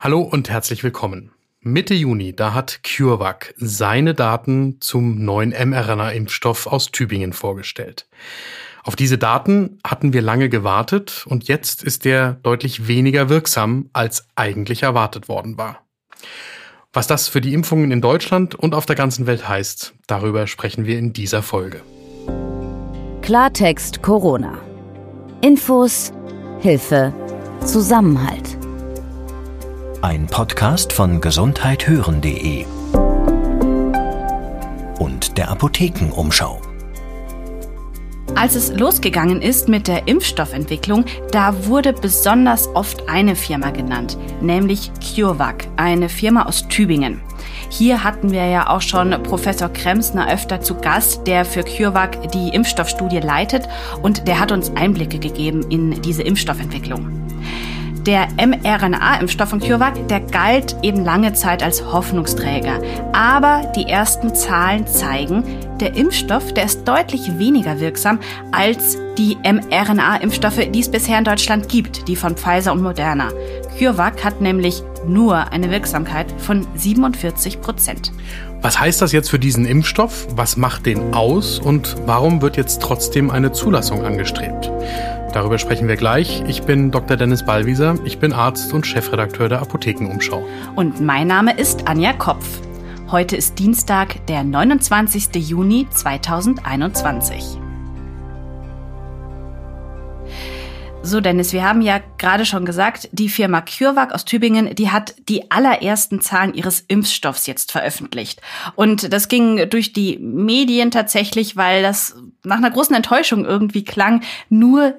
Hallo und herzlich willkommen. Mitte Juni, da hat CureVac seine Daten zum neuen mRNA-Impfstoff aus Tübingen vorgestellt. Auf diese Daten hatten wir lange gewartet und jetzt ist der deutlich weniger wirksam, als eigentlich erwartet worden war. Was das für die Impfungen in Deutschland und auf der ganzen Welt heißt, darüber sprechen wir in dieser Folge. Klartext Corona. Infos, Hilfe, Zusammenhalt. Ein Podcast von gesundheithören.de und der Apothekenumschau. Als es losgegangen ist mit der Impfstoffentwicklung, da wurde besonders oft eine Firma genannt, nämlich CureVac, eine Firma aus Tübingen. Hier hatten wir ja auch schon Professor Kremsner öfter zu Gast, der für CureVac die Impfstoffstudie leitet, und der hat uns Einblicke gegeben in diese Impfstoffentwicklung. Der mRNA-Impfstoff von CureVac, der galt eben lange Zeit als Hoffnungsträger. Aber die ersten Zahlen zeigen, der Impfstoff, der ist deutlich weniger wirksam als die mRNA-Impfstoffe, die es bisher in Deutschland gibt, die von Pfizer und Moderna. CureVac hat nämlich nur eine Wirksamkeit von 47%. Was heißt das jetzt für diesen Impfstoff? Was macht den aus und warum wird jetzt trotzdem eine Zulassung angestrebt? Darüber sprechen wir gleich. Ich bin Dr. Dennis Ballwieser, ich bin Arzt und Chefredakteur der Apothekenumschau. Und mein Name ist Anja Kopf. Heute ist Dienstag, der 29. Juni 2021. So, Dennis, wir haben ja gerade schon gesagt, die Firma CureVac aus Tübingen, die hat die allerersten Zahlen ihres Impfstoffs jetzt veröffentlicht. Und das ging durch die Medien tatsächlich, weil das nach einer großen Enttäuschung irgendwie klang, nur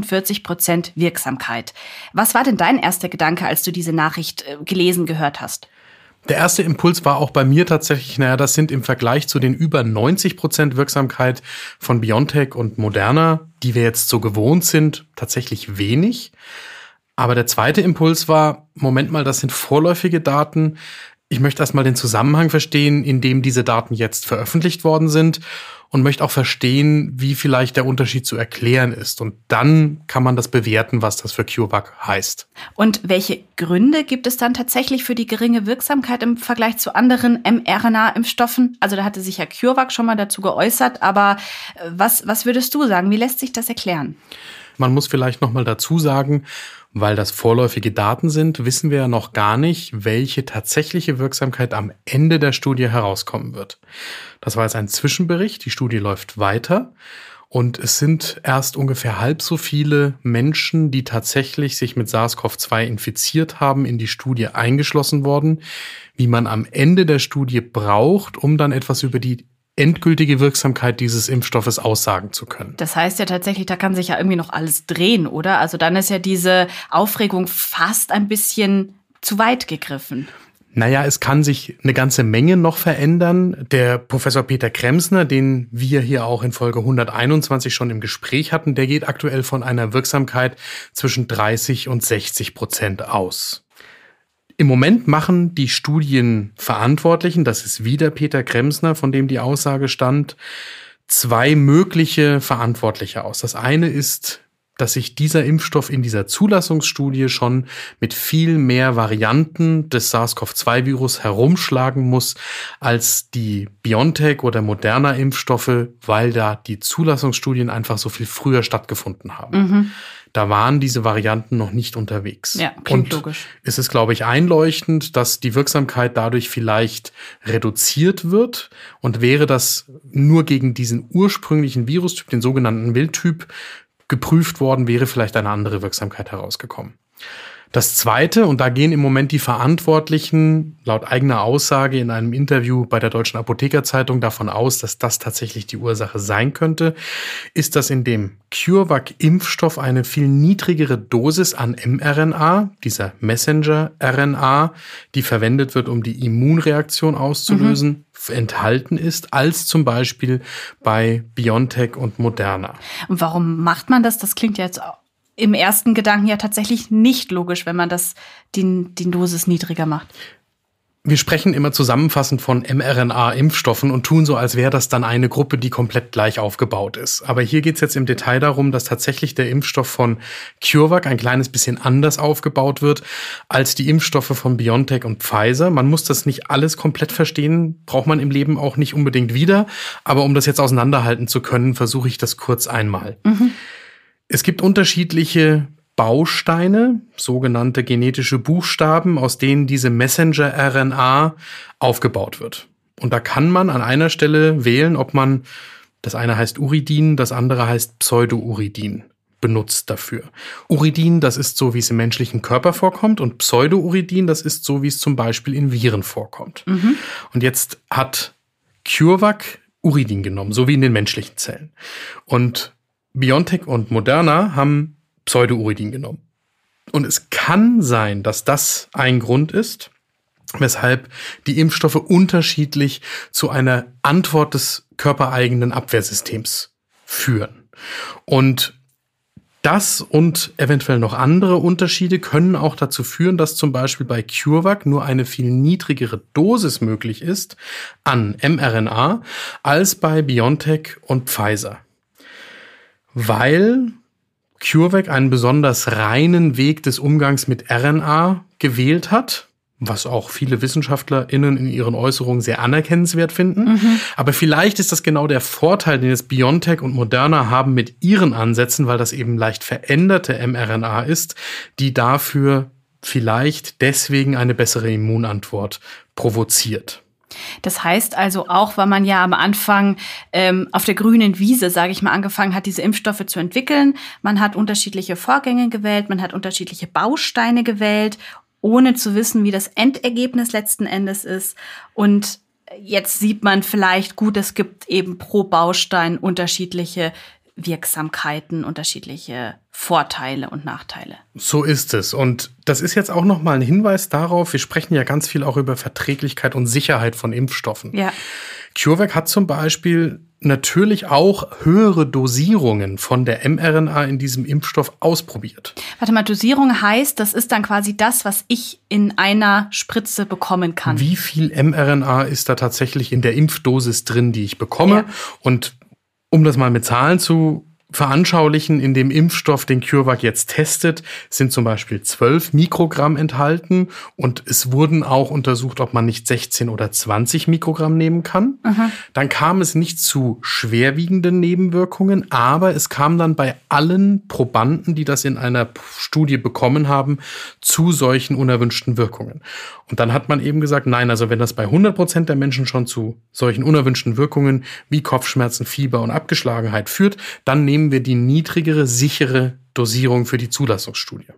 47% Wirksamkeit. Was war denn dein erster Gedanke, als du diese Nachricht gehört hast? Der erste Impuls war auch bei mir tatsächlich, das sind im Vergleich zu den über 90% Wirksamkeit von BioNTech und Moderna, die wir jetzt so gewohnt sind, tatsächlich wenig. Aber der zweite Impuls war, Moment mal, das sind vorläufige Daten. Ich möchte erstmal den Zusammenhang verstehen, in dem diese Daten jetzt veröffentlicht worden sind, und möchte auch verstehen, wie vielleicht der Unterschied zu erklären ist. Und dann kann man das bewerten, was das für CureVac heißt. Und welche Gründe gibt es dann tatsächlich für die geringe Wirksamkeit im Vergleich zu anderen mRNA-Impfstoffen? Also da hatte sich ja CureVac schon mal dazu geäußert, aber was würdest du sagen? Wie lässt sich das erklären? Man muss vielleicht noch mal dazu sagen, weil das vorläufige Daten sind, wissen wir ja noch gar nicht, welche tatsächliche Wirksamkeit am Ende der Studie herauskommen wird. Das war jetzt ein Zwischenbericht, die Studie läuft weiter und es sind erst ungefähr halb so viele Menschen, die tatsächlich sich mit SARS-CoV-2 infiziert haben, in die Studie eingeschlossen worden, wie man am Ende der Studie braucht, um dann etwas über die endgültige Wirksamkeit dieses Impfstoffes aussagen zu können. Das heißt ja tatsächlich, da kann sich ja irgendwie noch alles drehen, oder? Also dann ist ja diese Aufregung fast ein bisschen zu weit gegriffen. Naja, es kann sich eine ganze Menge noch verändern. Der Professor Peter Kremsner, den wir hier auch in Folge 121 schon im Gespräch hatten, der geht aktuell von einer Wirksamkeit zwischen 30% und 60% aus. Im Moment machen die Studienverantwortlichen, das ist wieder Peter Kremsner, von dem die Aussage stammt, zwei mögliche Verantwortliche aus. Das eine ist, dass sich dieser Impfstoff in dieser Zulassungsstudie schon mit viel mehr Varianten des SARS-CoV-2-Virus herumschlagen muss als die BioNTech oder Moderna-Impfstoffe, weil da die Zulassungsstudien einfach so viel früher stattgefunden haben. Mhm. Da waren diese Varianten noch nicht unterwegs. Ja, klingt logisch. Es ist, glaube ich, einleuchtend, dass die Wirksamkeit dadurch vielleicht reduziert wird. Und wäre das nur gegen diesen ursprünglichen Virustyp, den sogenannten Wildtyp, geprüft worden, wäre vielleicht eine andere Wirksamkeit herausgekommen. Das Zweite, und da gehen im Moment die Verantwortlichen laut eigener Aussage in einem Interview bei der Deutschen Apothekerzeitung davon aus, dass das tatsächlich die Ursache sein könnte, ist, dass in dem CureVac-Impfstoff eine viel niedrigere Dosis an mRNA, dieser Messenger-RNA, die verwendet wird, um die Immunreaktion auszulösen, enthalten ist, als zum Beispiel bei BioNTech und Moderna. Und warum macht man das? Das klingt ja jetzt im ersten Gedanken ja tatsächlich nicht logisch, wenn man die Dosis niedriger macht. Wir sprechen immer zusammenfassend von mRNA-Impfstoffen und tun so, als wäre das dann eine Gruppe, die komplett gleich aufgebaut ist. Aber hier geht es jetzt im Detail darum, dass tatsächlich der Impfstoff von CureVac ein kleines bisschen anders aufgebaut wird als die Impfstoffe von BioNTech und Pfizer. Man muss das nicht alles komplett verstehen, braucht man im Leben auch nicht unbedingt wieder. Aber um das jetzt auseinanderhalten zu können, versuche ich das kurz einmal. Es gibt unterschiedliche Bausteine, sogenannte genetische Buchstaben, aus denen diese Messenger-RNA aufgebaut wird. Und da kann man an einer Stelle wählen, ob man, das eine heißt Uridin, das andere heißt Pseudouridin, benutzt dafür. Uridin, das ist so, wie es im menschlichen Körper vorkommt, und Pseudouridin, das ist so, wie es zum Beispiel in Viren vorkommt. Und jetzt hat CureVac Uridin genommen, so wie in den menschlichen Zellen. Und BioNTech und Moderna haben Pseudouridin genommen. Und es kann sein, dass das ein Grund ist, weshalb die Impfstoffe unterschiedlich zu einer Antwort des körpereigenen Abwehrsystems führen. Und das und eventuell noch andere Unterschiede können auch dazu führen, dass zum Beispiel bei CureVac nur eine viel niedrigere Dosis möglich ist an mRNA als bei BioNTech und Pfizer. Weil CureVac einen besonders reinen Weg des Umgangs mit RNA gewählt hat, was auch viele WissenschaftlerInnen in ihren Äußerungen sehr anerkennenswert finden. Aber vielleicht ist das genau der Vorteil, den jetzt BioNTech und Moderna haben mit ihren Ansätzen, weil das eben leicht veränderte mRNA ist, die dafür vielleicht deswegen eine bessere Immunantwort provoziert. Das heißt also auch, weil man ja am Anfang auf der grünen Wiese, sage ich mal, angefangen hat, diese Impfstoffe zu entwickeln. Man hat unterschiedliche Vorgänge gewählt, man hat unterschiedliche Bausteine gewählt, ohne zu wissen, wie das Endergebnis letzten Endes ist. Und jetzt sieht man vielleicht, gut, es gibt eben pro Baustein unterschiedliche Wirksamkeiten, unterschiedliche Vorteile und Nachteile. So ist es. Und das ist jetzt auch nochmal ein Hinweis darauf, wir sprechen ja ganz viel auch über Verträglichkeit und Sicherheit von Impfstoffen. Ja. CureVac hat zum Beispiel natürlich auch höhere Dosierungen von der mRNA in diesem Impfstoff ausprobiert. Warte mal, Dosierung heißt, das ist dann quasi das, was ich in einer Spritze bekommen kann. Wie viel mRNA ist da tatsächlich in der Impfdosis drin, die ich bekomme? Ja. Und um das mal mit Zahlen zu veranschaulichen, in dem Impfstoff, den CureVac jetzt testet, sind zum Beispiel 12 Mikrogramm enthalten und es wurden auch untersucht, ob man nicht 16 oder 20 Mikrogramm nehmen kann. Dann kam es nicht zu schwerwiegenden Nebenwirkungen, aber es kam dann bei allen Probanden, die das in einer Studie bekommen haben, zu solchen unerwünschten Wirkungen. Und dann hat man eben gesagt, nein, also wenn das bei 100% der Menschen schon zu solchen unerwünschten Wirkungen wie Kopfschmerzen, Fieber und Abgeschlagenheit führt, dann nehmen wir die niedrigere, sichere Dosierung für die Zulassungsstudie.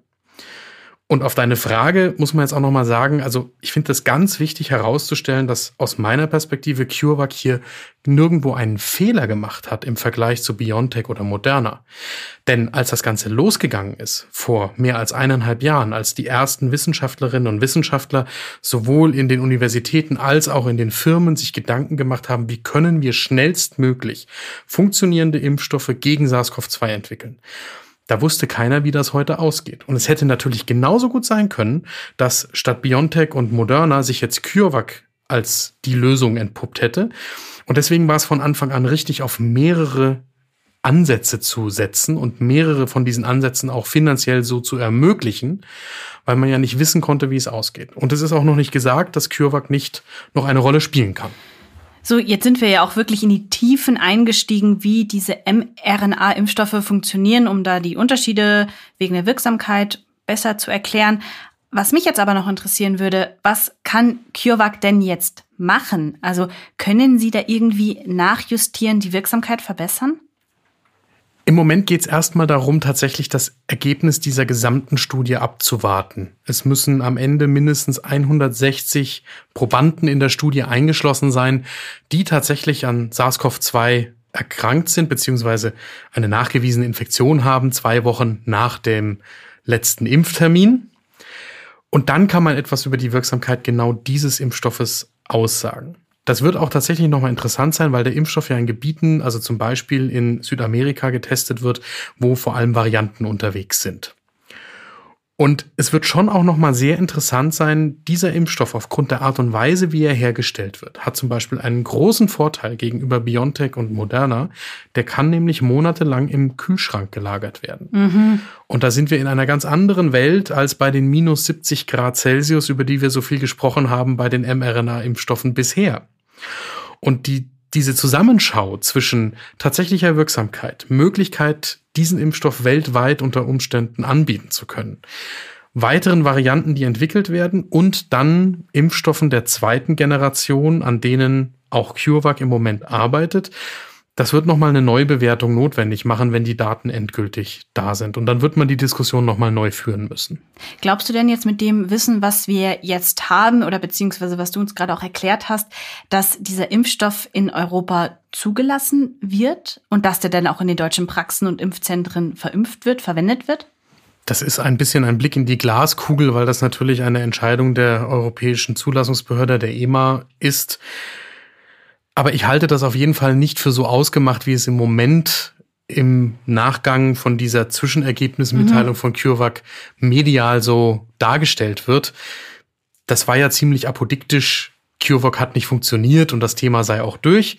Und auf deine Frage muss man jetzt auch nochmal sagen, also ich finde das ganz wichtig herauszustellen, dass aus meiner Perspektive CureVac hier nirgendwo einen Fehler gemacht hat im Vergleich zu BioNTech oder Moderna. Denn als das Ganze losgegangen ist, vor mehr als 1,5 Jahren, als die ersten Wissenschaftlerinnen und Wissenschaftler sowohl in den Universitäten als auch in den Firmen sich Gedanken gemacht haben, wie können wir schnellstmöglich funktionierende Impfstoffe gegen SARS-CoV-2 entwickeln. Da wusste keiner, wie das heute ausgeht. Und es hätte natürlich genauso gut sein können, dass statt BioNTech und Moderna sich jetzt CureVac als die Lösung entpuppt hätte. Und deswegen war es von Anfang an richtig, auf mehrere Ansätze zu setzen und mehrere von diesen Ansätzen auch finanziell so zu ermöglichen, weil man ja nicht wissen konnte, wie es ausgeht. Und es ist auch noch nicht gesagt, dass CureVac nicht noch eine Rolle spielen kann. So, jetzt sind wir ja auch wirklich in die Tiefen eingestiegen, wie diese mRNA-Impfstoffe funktionieren, um da die Unterschiede wegen der Wirksamkeit besser zu erklären. Was mich jetzt aber noch interessieren würde, was kann CureVac denn jetzt machen? Also können Sie da irgendwie nachjustieren, die Wirksamkeit verbessern? Im Moment geht es erstmal darum, tatsächlich das Ergebnis dieser gesamten Studie abzuwarten. Es müssen am Ende mindestens 160 Probanden in der Studie eingeschlossen sein, die tatsächlich an SARS-CoV-2 erkrankt sind, beziehungsweise eine nachgewiesene Infektion haben, 2 Wochen nach dem letzten Impftermin. Und dann kann man etwas über die Wirksamkeit genau dieses Impfstoffes aussagen. Das wird auch tatsächlich nochmal interessant sein, weil der Impfstoff ja in Gebieten, also zum Beispiel in Südamerika, getestet wird, wo vor allem Varianten unterwegs sind. Und es wird schon auch nochmal sehr interessant sein, dieser Impfstoff aufgrund der Art und Weise, wie er hergestellt wird, hat zum Beispiel einen großen Vorteil gegenüber BioNTech und Moderna. Der kann nämlich monatelang im Kühlschrank gelagert werden. Und da sind wir in einer ganz anderen Welt als bei den minus 70 Grad Celsius, über die wir so viel gesprochen haben bei den mRNA-Impfstoffen bisher. Und diese Zusammenschau zwischen tatsächlicher Wirksamkeit, Möglichkeit, diesen Impfstoff weltweit unter Umständen anbieten zu können, weiteren Varianten, die entwickelt werden und dann Impfstoffen der zweiten Generation, an denen auch CureVac im Moment arbeitet, das wird nochmal eine Neubewertung notwendig machen, wenn die Daten endgültig da sind. Und dann wird man die Diskussion nochmal neu führen müssen. Glaubst du denn jetzt mit dem Wissen, was wir jetzt haben oder beziehungsweise was du uns gerade auch erklärt hast, dass dieser Impfstoff in Europa zugelassen wird und dass der dann auch in den deutschen Praxen und Impfzentren verwendet wird? Das ist ein bisschen ein Blick in die Glaskugel, weil das natürlich eine Entscheidung der Europäischen Zulassungsbehörde, der EMA, ist. Aber ich halte das auf jeden Fall nicht für so ausgemacht, wie es im Moment im Nachgang von dieser Zwischenergebnismitteilung von CureVac medial so dargestellt wird. Das war ja ziemlich apodiktisch. CureVac hat nicht funktioniert und das Thema sei auch durch.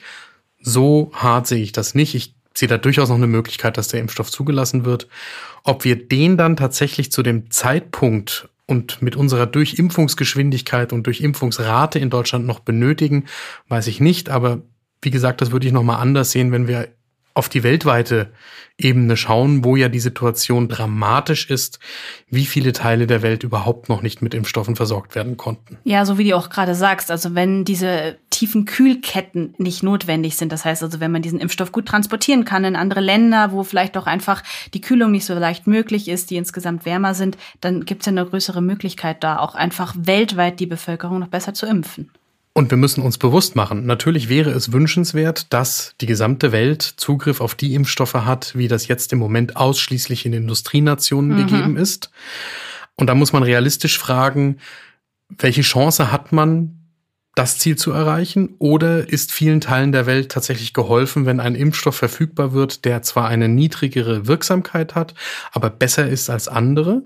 So hart sehe ich das nicht. Ich sehe da durchaus noch eine Möglichkeit, dass der Impfstoff zugelassen wird. Ob wir den dann tatsächlich zu dem Zeitpunkt und mit unserer Durchimpfungsgeschwindigkeit und Durchimpfungsrate in Deutschland noch benötigen, weiß ich nicht. Aber wie gesagt, das würde ich nochmal anders sehen, wenn wir auf die weltweite Ebene schauen, wo ja die Situation dramatisch ist, wie viele Teile der Welt überhaupt noch nicht mit Impfstoffen versorgt werden konnten. Ja, so wie du auch gerade sagst, also wenn diese tiefen Kühlketten nicht notwendig sind, das heißt also, wenn man diesen Impfstoff gut transportieren kann in andere Länder, wo vielleicht auch einfach die Kühlung nicht so leicht möglich ist, die insgesamt wärmer sind, dann gibt es ja eine größere Möglichkeit da, auch einfach weltweit die Bevölkerung noch besser zu impfen. Und wir müssen uns bewusst machen, natürlich wäre es wünschenswert, dass die gesamte Welt Zugriff auf die Impfstoffe hat, wie das jetzt im Moment ausschließlich in Industrienationen gegeben ist. Und da muss man realistisch fragen, welche Chance hat man, das Ziel zu erreichen? Oder ist vielen Teilen der Welt tatsächlich geholfen, wenn ein Impfstoff verfügbar wird, der zwar eine niedrigere Wirksamkeit hat, aber besser ist als andere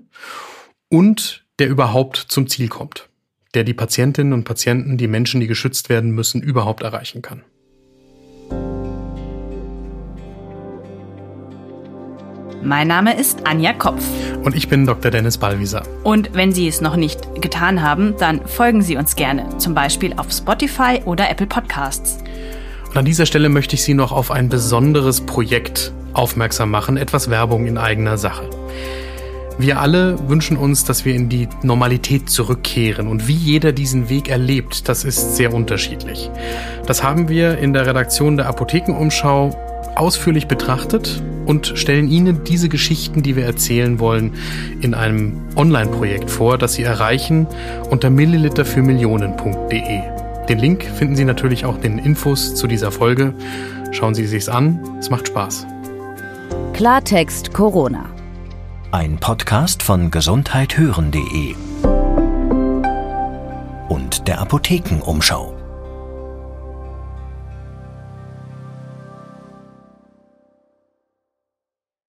und der überhaupt zum Ziel kommt, der die Patientinnen und Patienten, die Menschen, die geschützt werden müssen, überhaupt erreichen kann. Mein Name ist Anja Kopf. Und ich bin Dr. Dennis Ballwieser. Und wenn Sie es noch nicht getan haben, dann folgen Sie uns gerne, zum Beispiel auf Spotify oder Apple Podcasts. Und an dieser Stelle möchte ich Sie noch auf ein besonderes Projekt aufmerksam machen, etwas Werbung in eigener Sache. Wir alle wünschen uns, dass wir in die Normalität zurückkehren. Und wie jeder diesen Weg erlebt, das ist sehr unterschiedlich. Das haben wir in der Redaktion der Apothekenumschau ausführlich betrachtet und stellen Ihnen diese Geschichten, die wir erzählen wollen, in einem Online-Projekt vor, das Sie erreichen unter milliliterfürmillionen.de. Den Link finden Sie natürlich auch in den Infos zu dieser Folge. Schauen Sie sich's an, es macht Spaß. Klartext Corona. Ein Podcast von gesundheithören.de und der Apothekenumschau.